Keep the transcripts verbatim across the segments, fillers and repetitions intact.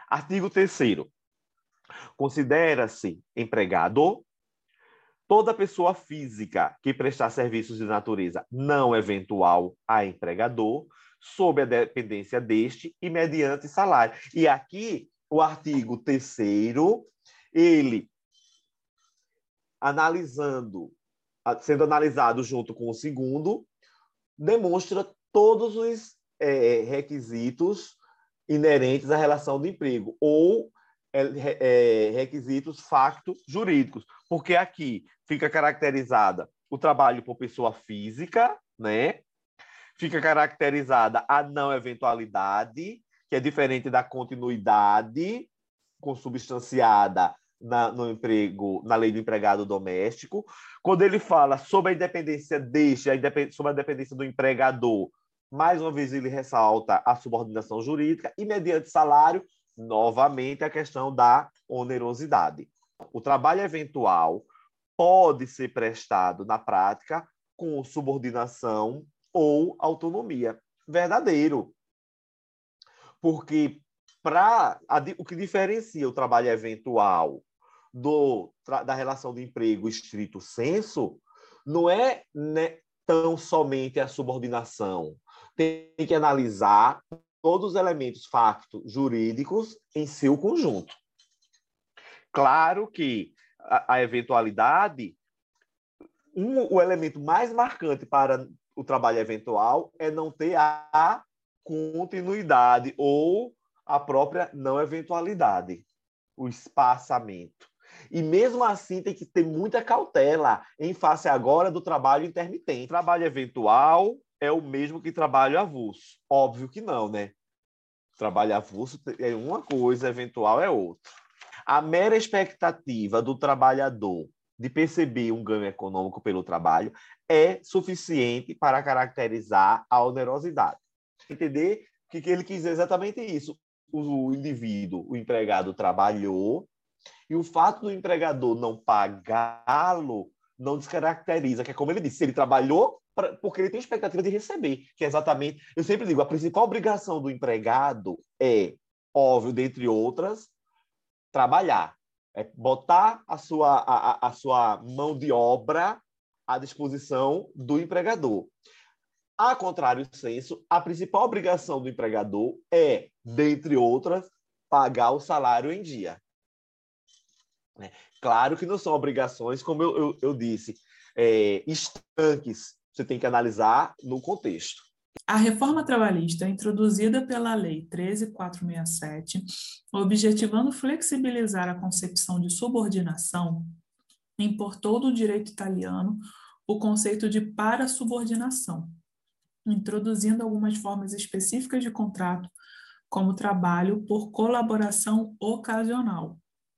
Artigo terceiro. Considera-se empregado toda pessoa física que prestar serviços de natureza não eventual a empregador, sob a dependência deste e mediante salário. E aqui, o artigo terceiro, ele, analisando, sendo analisado junto com o segundo, demonstra todos os é, requisitos inerentes à relação de emprego, ou é, é, requisitos facto-jurídicos, porque aqui fica caracterizada o trabalho por pessoa física, né? Fica caracterizada a não eventualidade, que é diferente da continuidade consubstanciada na, no emprego, na lei do empregado doméstico. Quando ele fala sobre a independência deste, a independ... sobre a dependência do empregador, mais uma vez ele ressalta a subordinação jurídica e, mediante salário, novamente a questão da onerosidade. O trabalho eventual pode ser prestado na prática com subordinação ou autonomia. Verdadeiro. Porque pra, a, o que diferencia o trabalho eventual do, da relação de emprego estrito sensu não é, né, tão somente a subordinação. Tem que analisar todos os elementos facto-jurídicos em seu conjunto. Claro que a, a eventualidade, um, o elemento mais marcante para o trabalho eventual é não ter a continuidade ou a própria não eventualidade, o espaçamento. E mesmo assim tem que ter muita cautela em face agora do trabalho intermitente. Trabalho eventual é o mesmo que trabalho avulso. Óbvio que não, né? Trabalho avulso é uma coisa, eventual é outra. A mera expectativa do trabalhador de perceber um ganho econômico pelo trabalho é suficiente para caracterizar a onerosidade. Entender que ele quis dizer exatamente isso. O indivíduo, o empregado, trabalhou e o fato do empregador não pagá-lo não descaracteriza, que é como ele disse, ele trabalhou pra, porque ele tem expectativa de receber, que é exatamente, eu sempre digo, a principal obrigação do empregado é, óbvio, dentre outras, trabalhar. É botar a sua, a, a sua mão de obra à disposição do empregador. A contrário senso, a principal obrigação do empregador é, dentre outras, pagar o salário em dia. Claro que não são obrigações, como eu, eu, eu disse, é, estanques. Você tem que analisar no contexto. A reforma trabalhista, introduzida pela Lei treze mil quatrocentos e sessenta e sete, objetivando flexibilizar a concepção de subordinação, importou do direito italiano o conceito de parasubordinação, introduzindo algumas formas específicas de contrato, como trabalho por colaboração ocasional.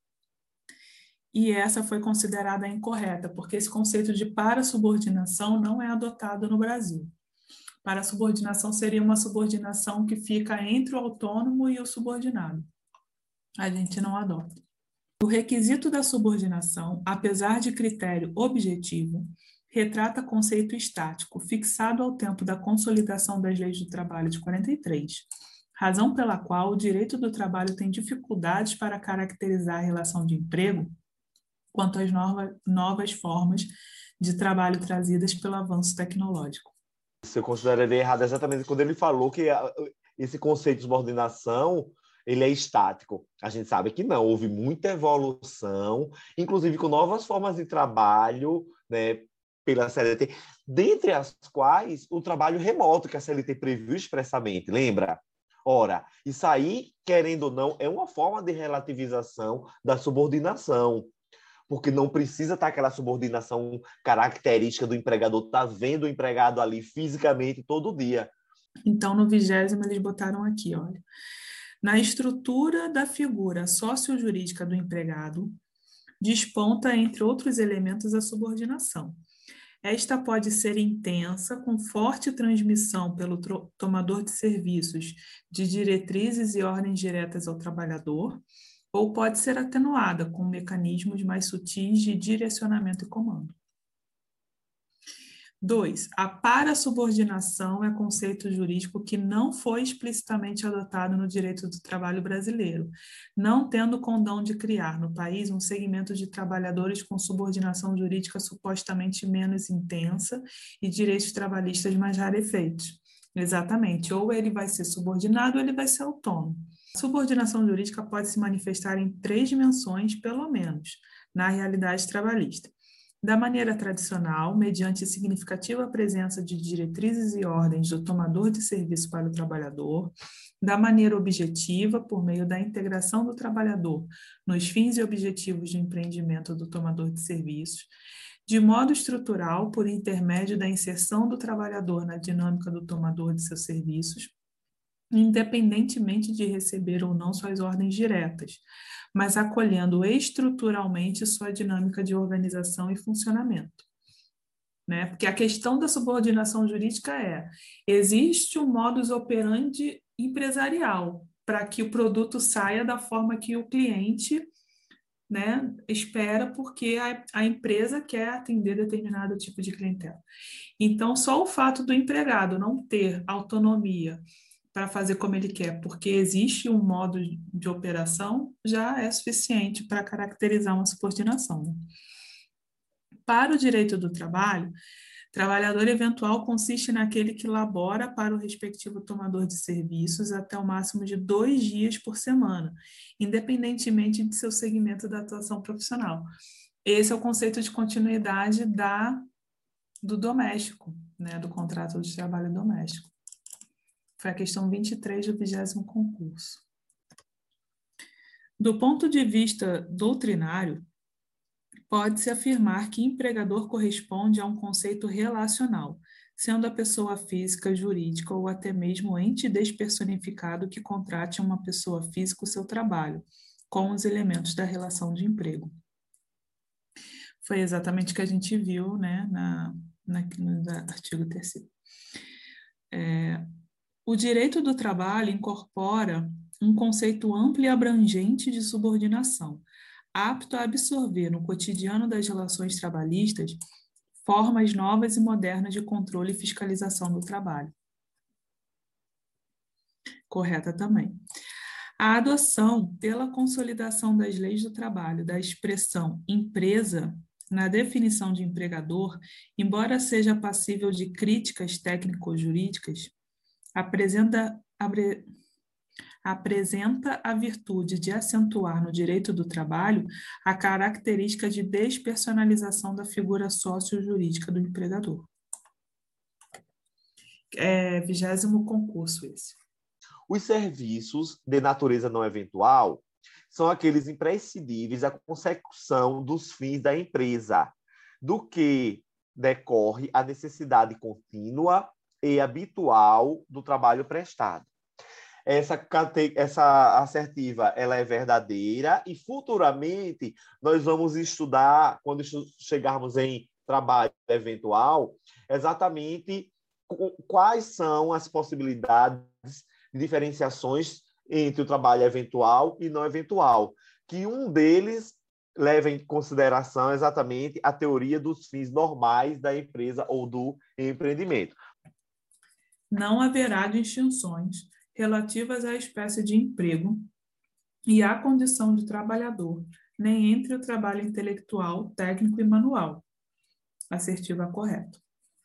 E essa foi considerada incorreta, porque esse conceito de parasubordinação não é adotado no Brasil. Parasubordinação seria uma subordinação que fica entre o autônomo e o subordinado. A gente não adota. O requisito da subordinação, apesar de critério objetivo, retrata conceito estático, fixado ao tempo da consolidação das leis do trabalho de quarenta e três, razão pela qual o direito do trabalho tem dificuldades para caracterizar a relação de emprego quanto às novas, novas formas de trabalho trazidas pelo avanço tecnológico. Isso eu consideraria errado exatamente quando ele falou que a, esse conceito de subordinação ele é estático. A gente sabe que não, houve muita evolução, inclusive com novas formas de trabalho, né, pela C L T, dentre as quais o trabalho remoto que a C L T previu expressamente, lembra? Ora, isso aí, querendo ou não, é uma forma de relativização da subordinação, porque não precisa estar aquela subordinação característica do empregador, estar vendo o empregado ali fisicamente todo dia. Então, no vigésimo, eles botaram aqui, olha. Na estrutura da figura sociojurídica do empregado, desponta, entre outros elementos, a subordinação. Esta pode ser intensa, com forte transmissão pelo tomador de serviços de diretrizes e ordens diretas ao trabalhador, ou pode ser atenuada com mecanismos mais sutis de direcionamento e comando. Dois, a parasubordinação é conceito jurídico que não foi explicitamente adotado no direito do trabalho brasileiro, não tendo condão de criar no país um segmento de trabalhadores com subordinação jurídica supostamente menos intensa e direitos trabalhistas mais rarefeitos. Exatamente, ou ele vai ser subordinado ou ele vai ser autônomo. A subordinação jurídica pode se manifestar em três dimensões, pelo menos, na realidade trabalhista. Da maneira tradicional, mediante significativa presença de diretrizes e ordens do tomador de serviço para o trabalhador, da maneira objetiva, por meio da integração do trabalhador nos fins e objetivos de empreendimento do tomador de serviços, de modo estrutural, por intermédio da inserção do trabalhador na dinâmica do tomador de seus serviços, independentemente de receber ou não suas ordens diretas, mas acolhendo estruturalmente sua dinâmica de organização e funcionamento. Né? Porque a questão da subordinação jurídica é, existe um modus operandi empresarial para que o produto saia da forma que o cliente, né, espera, porque a, a empresa quer atender determinado tipo de clientela. Então, só o fato do empregado não ter autonomia para fazer como ele quer, porque existe um modo de operação, já é suficiente para caracterizar uma subordinação. Né? Para o direito do trabalho, trabalhador eventual consiste naquele que labora para o respectivo tomador de serviços até o máximo de dois dias por semana, independentemente de seu segmento da atuação profissional. Esse é o conceito de continuidade da, do doméstico, né, do contrato de trabalho doméstico. Foi a questão vinte e três do vigésimo concurso. Do ponto de vista doutrinário, pode-se afirmar que empregador corresponde a um conceito relacional, sendo a pessoa física, jurídica ou até mesmo ente despersonificado que contrate a uma pessoa física o seu trabalho, com os elementos da relação de emprego. Foi exatamente o que a gente viu, né, na, na, no artigo terceiro. É, O direito do trabalho incorpora um conceito amplo e abrangente de subordinação, apto a absorver no cotidiano das relações trabalhistas formas novas e modernas de controle e fiscalização do trabalho. Correta também. A adoção, pela consolidação das leis do trabalho, da expressão empresa na definição de empregador, embora seja passível de críticas técnico-jurídicas, Apresenta, abre, apresenta a virtude de acentuar no direito do trabalho a característica de despersonalização da figura sócio-jurídica do empregador. É vigésimo concurso esse. Os serviços de natureza não eventual são aqueles imprescindíveis à consecução dos fins da empresa, do que decorre a necessidade contínua e habitual do trabalho prestado. Essa, essa assertiva ela é verdadeira e futuramente nós vamos estudar, quando chegarmos em trabalho eventual, exatamente quais são as possibilidades de diferenciações entre o trabalho eventual e não eventual, que um deles leva em consideração exatamente a teoria dos fins normais da empresa ou do empreendimento. Não haverá distinções relativas à espécie de emprego e à condição de trabalhador, nem entre o trabalho intelectual, técnico e manual. Assertiva correta.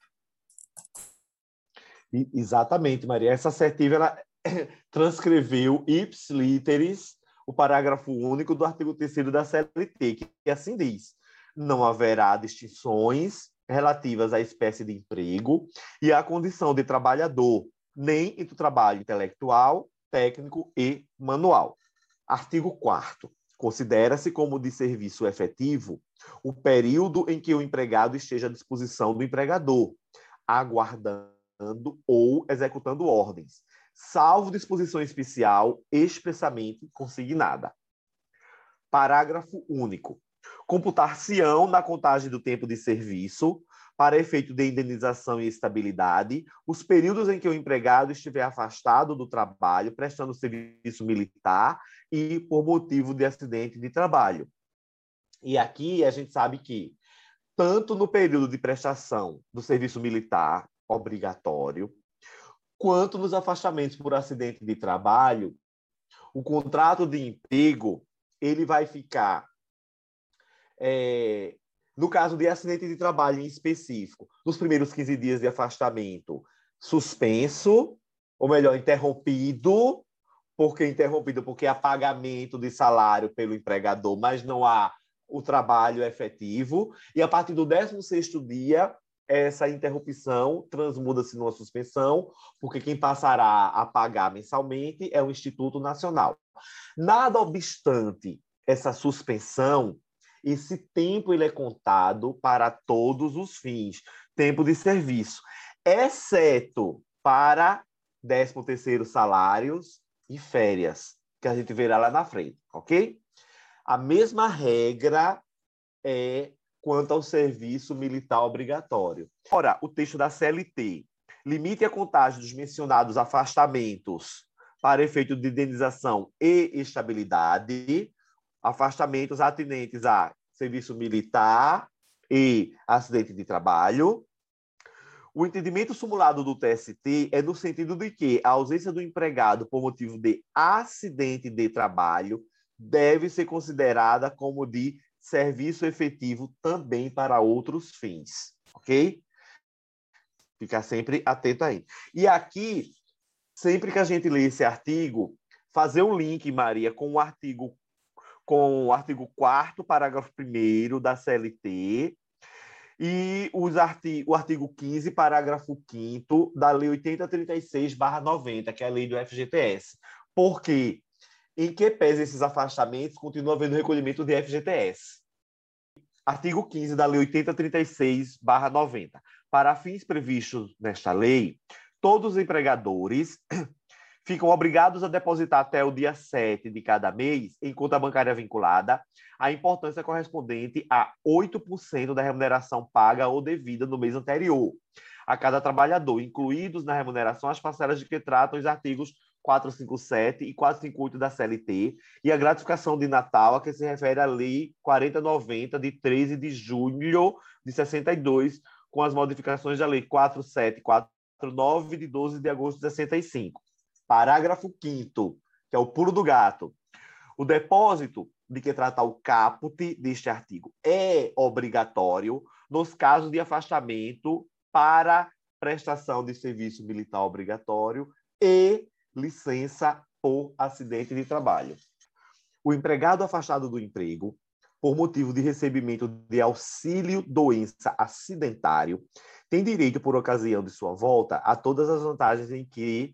Exatamente, Maria. Essa assertiva ela transcreveu ips literis o parágrafo único do artigo terceiro da C L T, que assim diz: não haverá distinções relativas à espécie de emprego e à condição de trabalhador, nem entre o trabalho intelectual, técnico e manual. Artigo quarto. Considera-se como de serviço efetivo o período em que o empregado esteja à disposição do empregador, aguardando ou executando ordens, salvo disposição especial expressamente consignada. Parágrafo único. Computar-se-ão na contagem do tempo de serviço, para efeito de indenização e estabilidade, os períodos em que o empregado estiver afastado do trabalho, prestando serviço militar e por motivo de acidente de trabalho. E aqui a gente sabe que tanto no período de prestação do serviço militar obrigatório, quanto nos afastamentos por acidente de trabalho, o contrato de emprego ele vai ficar, é, no caso de acidente de trabalho em específico, nos primeiros quinze dias de afastamento, suspenso, ou melhor, interrompido. Por que interrompido? Porque há pagamento de salário pelo empregador, mas não há o trabalho efetivo. E a partir do décimo sexto dia, essa interrupção transmuda-se numa suspensão, porque quem passará a pagar mensalmente é o Instituto Nacional. Nada obstante essa suspensão, esse tempo ele é contado para todos os fins, tempo de serviço, exceto para décimo terceiro salários e férias, que a gente verá lá na frente, ok? A mesma regra é quanto ao serviço militar obrigatório. Ora, o texto da C L T limite a contagem dos mencionados afastamentos para efeito de indenização e estabilidade, afastamentos atinentes a serviço militar e acidente de trabalho. O entendimento simulado do T S T é no sentido de que a ausência do empregado por motivo de acidente de trabalho deve ser considerada como de serviço efetivo também para outros fins, ok? Ficar sempre atento aí. E aqui, sempre que a gente lê esse artigo, fazer um link, Maria, com o artigo, com o artigo quarto, parágrafo primeiro da C L T, e os artig o artigo quinze, parágrafo quinto da Lei oitenta trinta e seis barra noventa, que é a lei do F G T S. Porque, em que pese esses afastamentos, continua havendo recolhimento de F G T S. Artigo quinze da Lei oitenta trinta e seis barra noventa. Para fins previstos nesta lei, todos os empregadores ficam obrigados a depositar até o dia sete de cada mês, em conta bancária vinculada, a importância correspondente a oito por cento da remuneração paga ou devida no mês anterior a cada trabalhador, incluídos na remuneração as parcelas de que tratam os artigos quatrocentos e cinquenta e sete e quatrocentos e cinquenta e oito da C L T, e a gratificação de Natal, a que se refere à Lei quarenta e noventa, de treze de julho de sessenta e dois, com as modificações da Lei quatro mil setecentos e quarenta e nove, de doze de agosto de sessenta e cinco. Parágrafo quinto, que é o pulo do gato. O depósito de que trata o caput deste artigo é obrigatório nos casos de afastamento para prestação de serviço militar obrigatório e licença por acidente de trabalho. O empregado afastado do emprego, por motivo de recebimento de auxílio doença acidentário, tem direito, por ocasião de sua volta, a todas as vantagens em que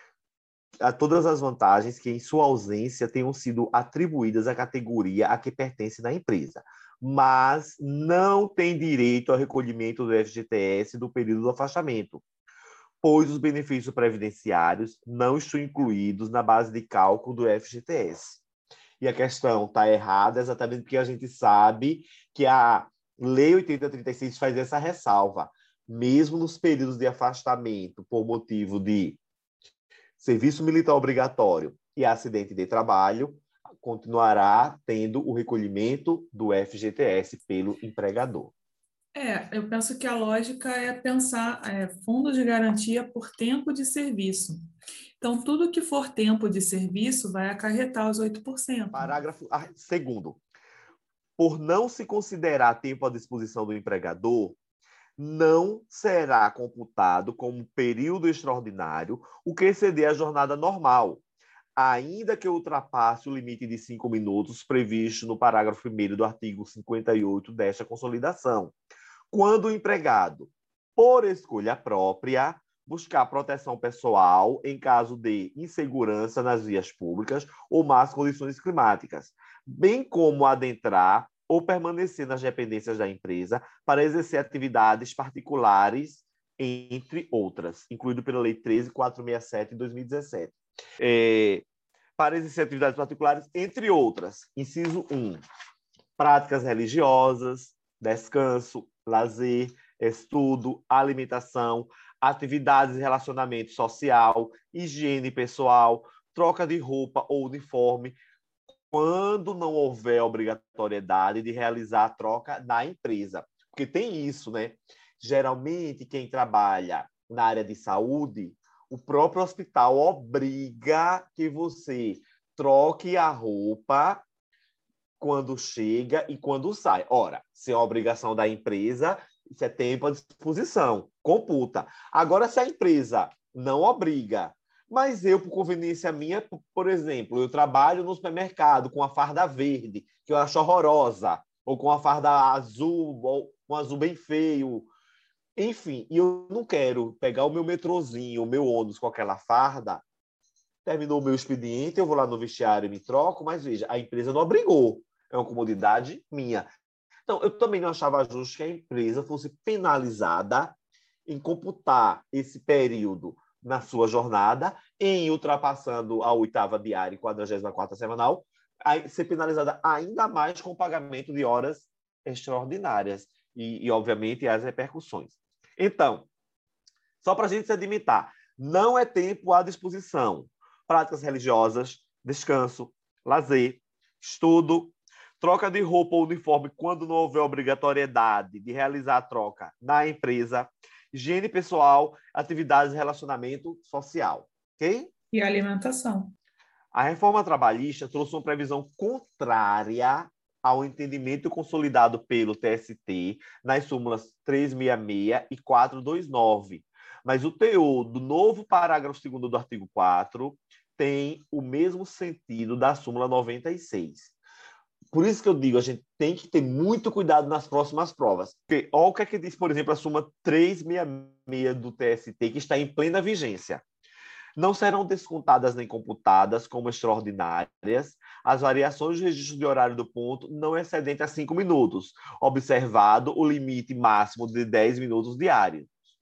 a todas as vantagens que, em sua ausência, tenham sido atribuídas à categoria a que pertence na empresa, mas não tem direito ao recolhimento do F G T S do período do afastamento, pois os benefícios previdenciários não estão incluídos na base de cálculo do F G T S. E a questão está errada exatamente porque a gente sabe que a Lei oitenta trinta e seis faz essa ressalva. Mesmo nos períodos de afastamento por motivo de serviço militar obrigatório e acidente de trabalho, continuará tendo o recolhimento do F G T S pelo empregador. É, eu penso que a lógica é pensar é, fundo de garantia por tempo de serviço. Então, tudo que for tempo de serviço vai acarretar os oito por cento. Parágrafo segundo. Por não se considerar tempo à disposição do empregador, não será computado como período extraordinário o que exceder a jornada normal, ainda que ultrapasse o limite de cinco minutos previsto no parágrafo primeiro do artigo cinquenta e oito desta consolidação, quando o empregado, por escolha própria, buscar proteção pessoal em caso de insegurança nas vias públicas ou más condições climáticas, bem como adentrar ou permanecer nas dependências da empresa para exercer atividades particulares, entre outras, incluído pela Lei treze mil quatrocentos e sessenta e sete de dois mil e dezessete. É, para exercer atividades particulares, entre outras. Inciso um, práticas religiosas, descanso, lazer, estudo, alimentação, atividades de relacionamento social, higiene pessoal, troca de roupa ou uniforme, quando não houver obrigatoriedade de realizar a troca na empresa. Porque tem isso, né? Geralmente, quem trabalha na área de saúde, o próprio hospital obriga que você troque a roupa quando chega e quando sai. Ora, se é uma obrigação da empresa, isso é tempo à disposição, computa. Agora, se a empresa não obriga, mas eu, por conveniência minha, por exemplo, eu trabalho no supermercado com a farda verde, que eu acho horrorosa, ou com a farda azul, ou um azul bem feio. Enfim, e eu não quero pegar o meu metrozinho, o meu ônibus com aquela farda. Terminou o meu expediente, eu vou lá no vestiário e me troco, mas veja, a empresa não obrigou. É uma comodidade minha. Então, eu também não achava justo que a empresa fosse penalizada em computar esse período na sua jornada, em ultrapassando a oitava diária e quadragésima quarta semanal, ser penalizada ainda mais com o pagamento de horas extraordinárias e, e obviamente, as repercussões. Então, só para a gente sedimentar, não é tempo à disposição. Práticas religiosas, descanso, lazer, estudo, troca de roupa ou uniforme quando não houver obrigatoriedade de realizar a troca na empresa, higiene pessoal, atividades de relacionamento social. Ok? E alimentação. A reforma trabalhista trouxe uma previsão contrária ao entendimento consolidado pelo T S T nas súmulas trezentos e sessenta e seis e quatrocentos e vinte e nove. Mas o teor do novo parágrafo segundo do artigo quatro tem o mesmo sentido da súmula noventa e seis. Por isso que eu digo, a gente tem que ter muito cuidado nas próximas provas. Porque olha o que é que diz, por exemplo, a súmula trezentos e sessenta e seis do T S T, que está em plena vigência. Não serão descontadas nem computadas como extraordinárias as variações de registro de horário do ponto não excedente a cinco minutos, observado o limite máximo de dez minutos diários.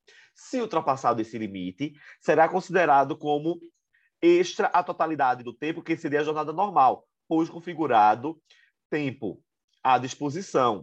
Se ultrapassado esse limite, será considerado como extra a totalidade do tempo que seria a jornada normal, pois configurado tempo à disposição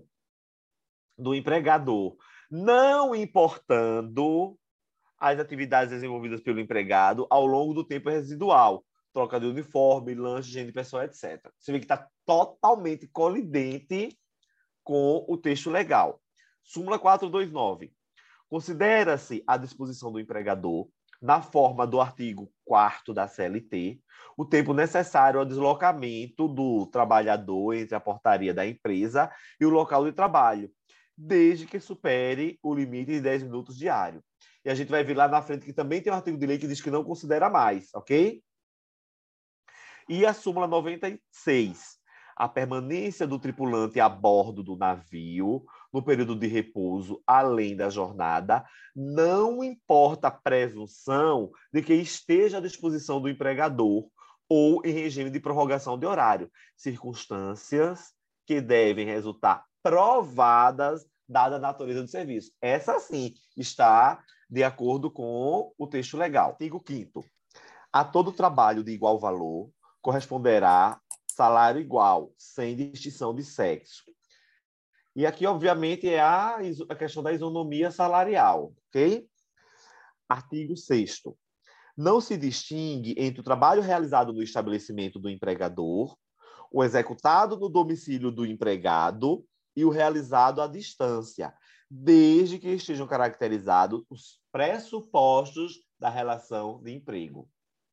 do empregador, não importando as atividades desenvolvidas pelo empregado ao longo do tempo residual, troca de uniforme, lanche, higiene pessoal, etcétera. Você vê que está totalmente colidente com o texto legal. Súmula quatrocentos e vinte e nove. Considera-se a disposição do empregador, na forma do artigo quarto da C L T, o tempo necessário ao deslocamento do trabalhador entre a portaria da empresa e o local de trabalho, desde que supere o limite de dez minutos diário. E a gente vai ver lá na frente que também tem um artigo de lei que diz que não considera mais, ok? E a súmula noventa e seis. A permanência do tripulante a bordo do navio no período de repouso, além da jornada, não importa a presunção de que esteja à disposição do empregador ou em regime de prorrogação de horário, circunstâncias que devem resultar provadas dada a natureza do serviço. Essa, sim, está de acordo com o texto legal. Artigo quinto. A todo trabalho de igual valor corresponderá salário igual, sem distinção de sexo. E aqui, obviamente, é a, a questão da isonomia salarial, ok? Artigo sexto. Não se distingue entre o trabalho realizado no estabelecimento do empregador, o executado no domicílio do empregado e o realizado à distância, desde que estejam caracterizados os pressupostos da relação de emprego.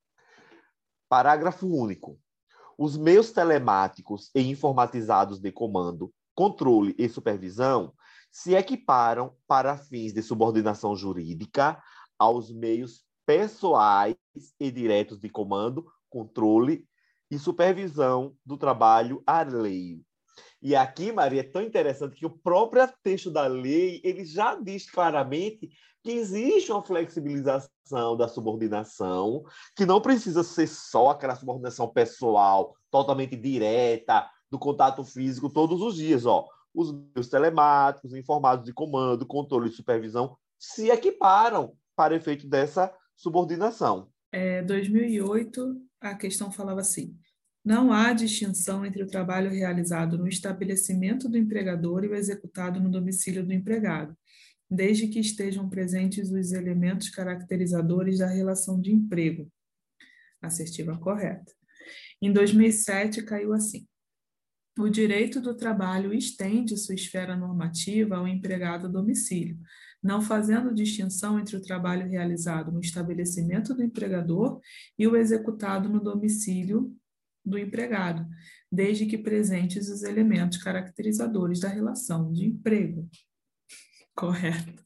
Parágrafo único. Os meios telemáticos e informatizados de comando, controle e supervisão se equiparam para fins de subordinação jurídica aos meios pessoais e diretos de comando, controle e supervisão do trabalho alheio. E aqui, Maria, é tão interessante que o próprio texto da lei ele já diz claramente que existe uma flexibilização da subordinação, que não precisa ser só aquela subordinação pessoal, totalmente direta, do contato físico todos os dias. Ó. Os meios telemáticos, informados de comando, controle e supervisão se equiparam para efeito dessa subordinação. É, dois mil e oito, a questão falava assim: não há distinção entre o trabalho realizado no estabelecimento do empregador e o executado no domicílio do empregado, desde que estejam presentes os elementos caracterizadores da relação de emprego. Assertiva correta. Em dois mil e sete, caiu assim: O direito do trabalho estende sua esfera normativa ao empregado a domicílio, não fazendo distinção entre o trabalho realizado no estabelecimento do empregador e o executado no domicílio do empregado, desde que presentes os elementos caracterizadores da relação de emprego. Correto.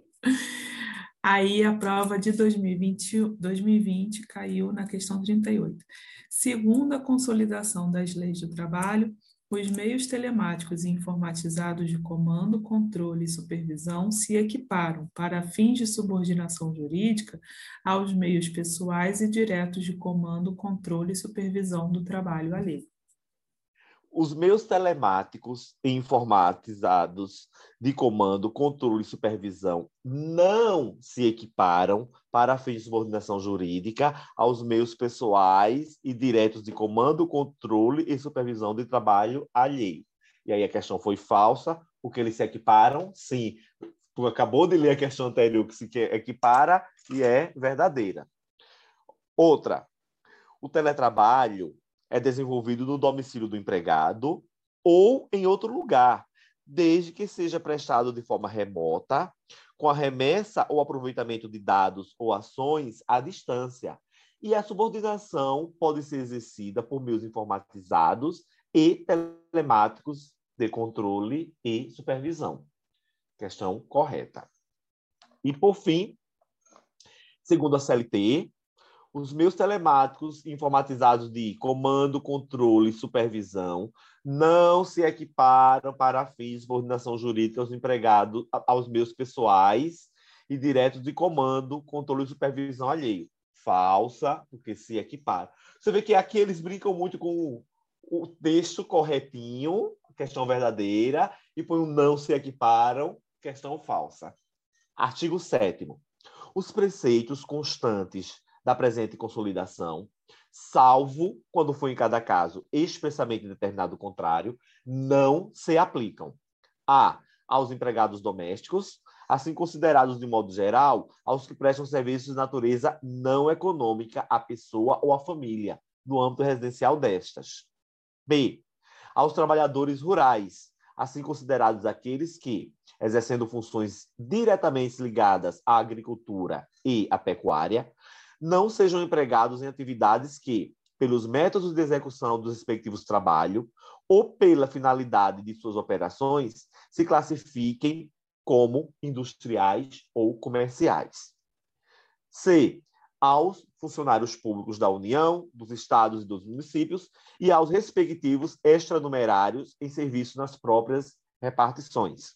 Aí a prova de dois mil e vinte, dois mil e vinte caiu na questão trinta e oito. Segundo a consolidação das leis do trabalho, os meios telemáticos e informatizados de comando, controle e supervisão se equiparam, para fins de subordinação jurídica, aos meios pessoais e diretos de comando, controle e supervisão do trabalho alheio. Os meios telemáticos e informatizados de comando, controle e supervisão não se equiparam para fins de subordinação jurídica aos meios pessoais e diretos de comando, controle e supervisão de trabalho alheio. E aí a questão foi falsa, porque eles se equiparam, sim. Tu acabou de ler a questão anterior que se equipara e é verdadeira. Outra, o teletrabalho é desenvolvido no domicílio do empregado ou em outro lugar, desde que seja prestado de forma remota, com a remessa ou aproveitamento de dados ou ações à distância. E a subordinação pode ser exercida por meios informatizados e telemáticos de controle e supervisão. Questão correta. E, por fim, segundo a C L T, os meios telemáticos informatizados de comando, controle e supervisão não se equiparam para fins de subordinação jurídica aos empregados, aos meios pessoais e diretos de comando, controle e supervisão alheio. Falsa, porque se equiparam. Você vê que aqui eles brincam muito com o texto corretinho, questão verdadeira, e põe um não se equiparam, questão falsa. Artigo sétimo. Os preceitos constantes da presente consolidação, salvo quando for em cada caso expressamente determinado o contrário, não se aplicam. A. Aos empregados domésticos, assim considerados de modo geral, aos que prestam serviços de natureza não econômica à pessoa ou à família, no âmbito residencial destas. B. Aos trabalhadores rurais, assim considerados aqueles que, exercendo funções diretamente ligadas à agricultura e à pecuária, não sejam empregados em atividades que, pelos métodos de execução dos respectivos trabalhos ou pela finalidade de suas operações, se classifiquem como industriais ou comerciais. C. Aos funcionários públicos da União, dos estados e dos municípios e aos respectivos extranumerários em serviço nas próprias repartições.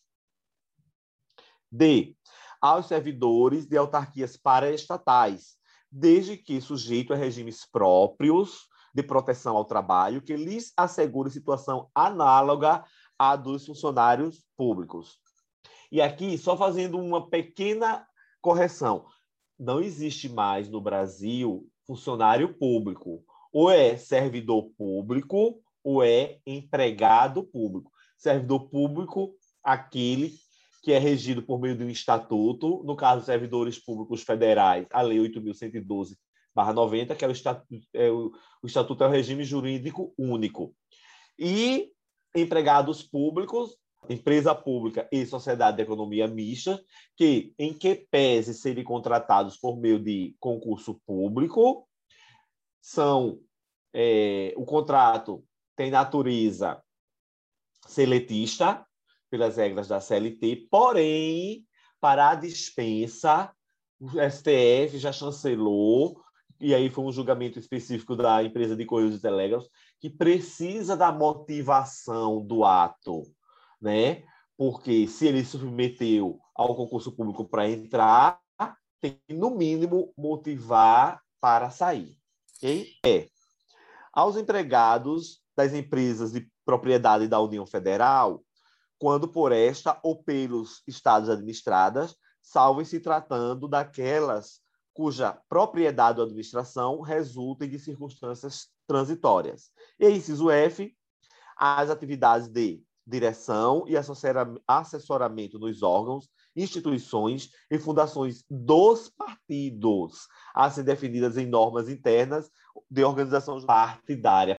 D. Aos servidores de autarquias paraestatais, desde que sujeito a regimes próprios de proteção ao trabalho que lhes assegure situação análoga à dos funcionários públicos. E aqui, só fazendo uma pequena correção, não existe mais no Brasil funcionário público. Ou é servidor público ou é empregado público. Servidor público, aquele que é regido por meio de um estatuto, no caso, servidores públicos federais, a Lei oito mil cento e doze barra noventa, que é o, estatuto, é o, o estatuto é o regime jurídico único. E empregados públicos, empresa pública e sociedade de economia mista, que, em que pese serem contratados por meio de concurso público, são, é, o contrato tem natureza seletista, pelas regras da C L T, porém, para a dispensa, o S T F já chancelou, e aí foi um julgamento específico da empresa de Correios e Telégrafos, que precisa da motivação do ato, né? Porque se ele se submeteu ao concurso público para entrar, tem que, no mínimo, motivar para sair. Okay? É. Aos empregados das empresas de propriedade da União Federal, quando por esta ou pelos estados administradas, salvo em se tratando daquelas cuja propriedade ou administração resultem de circunstâncias transitórias. E inciso F, as atividades de direção e assessoramento nos órgãos, instituições e fundações dos partidos, a ser definidas em normas internas de organização partidária.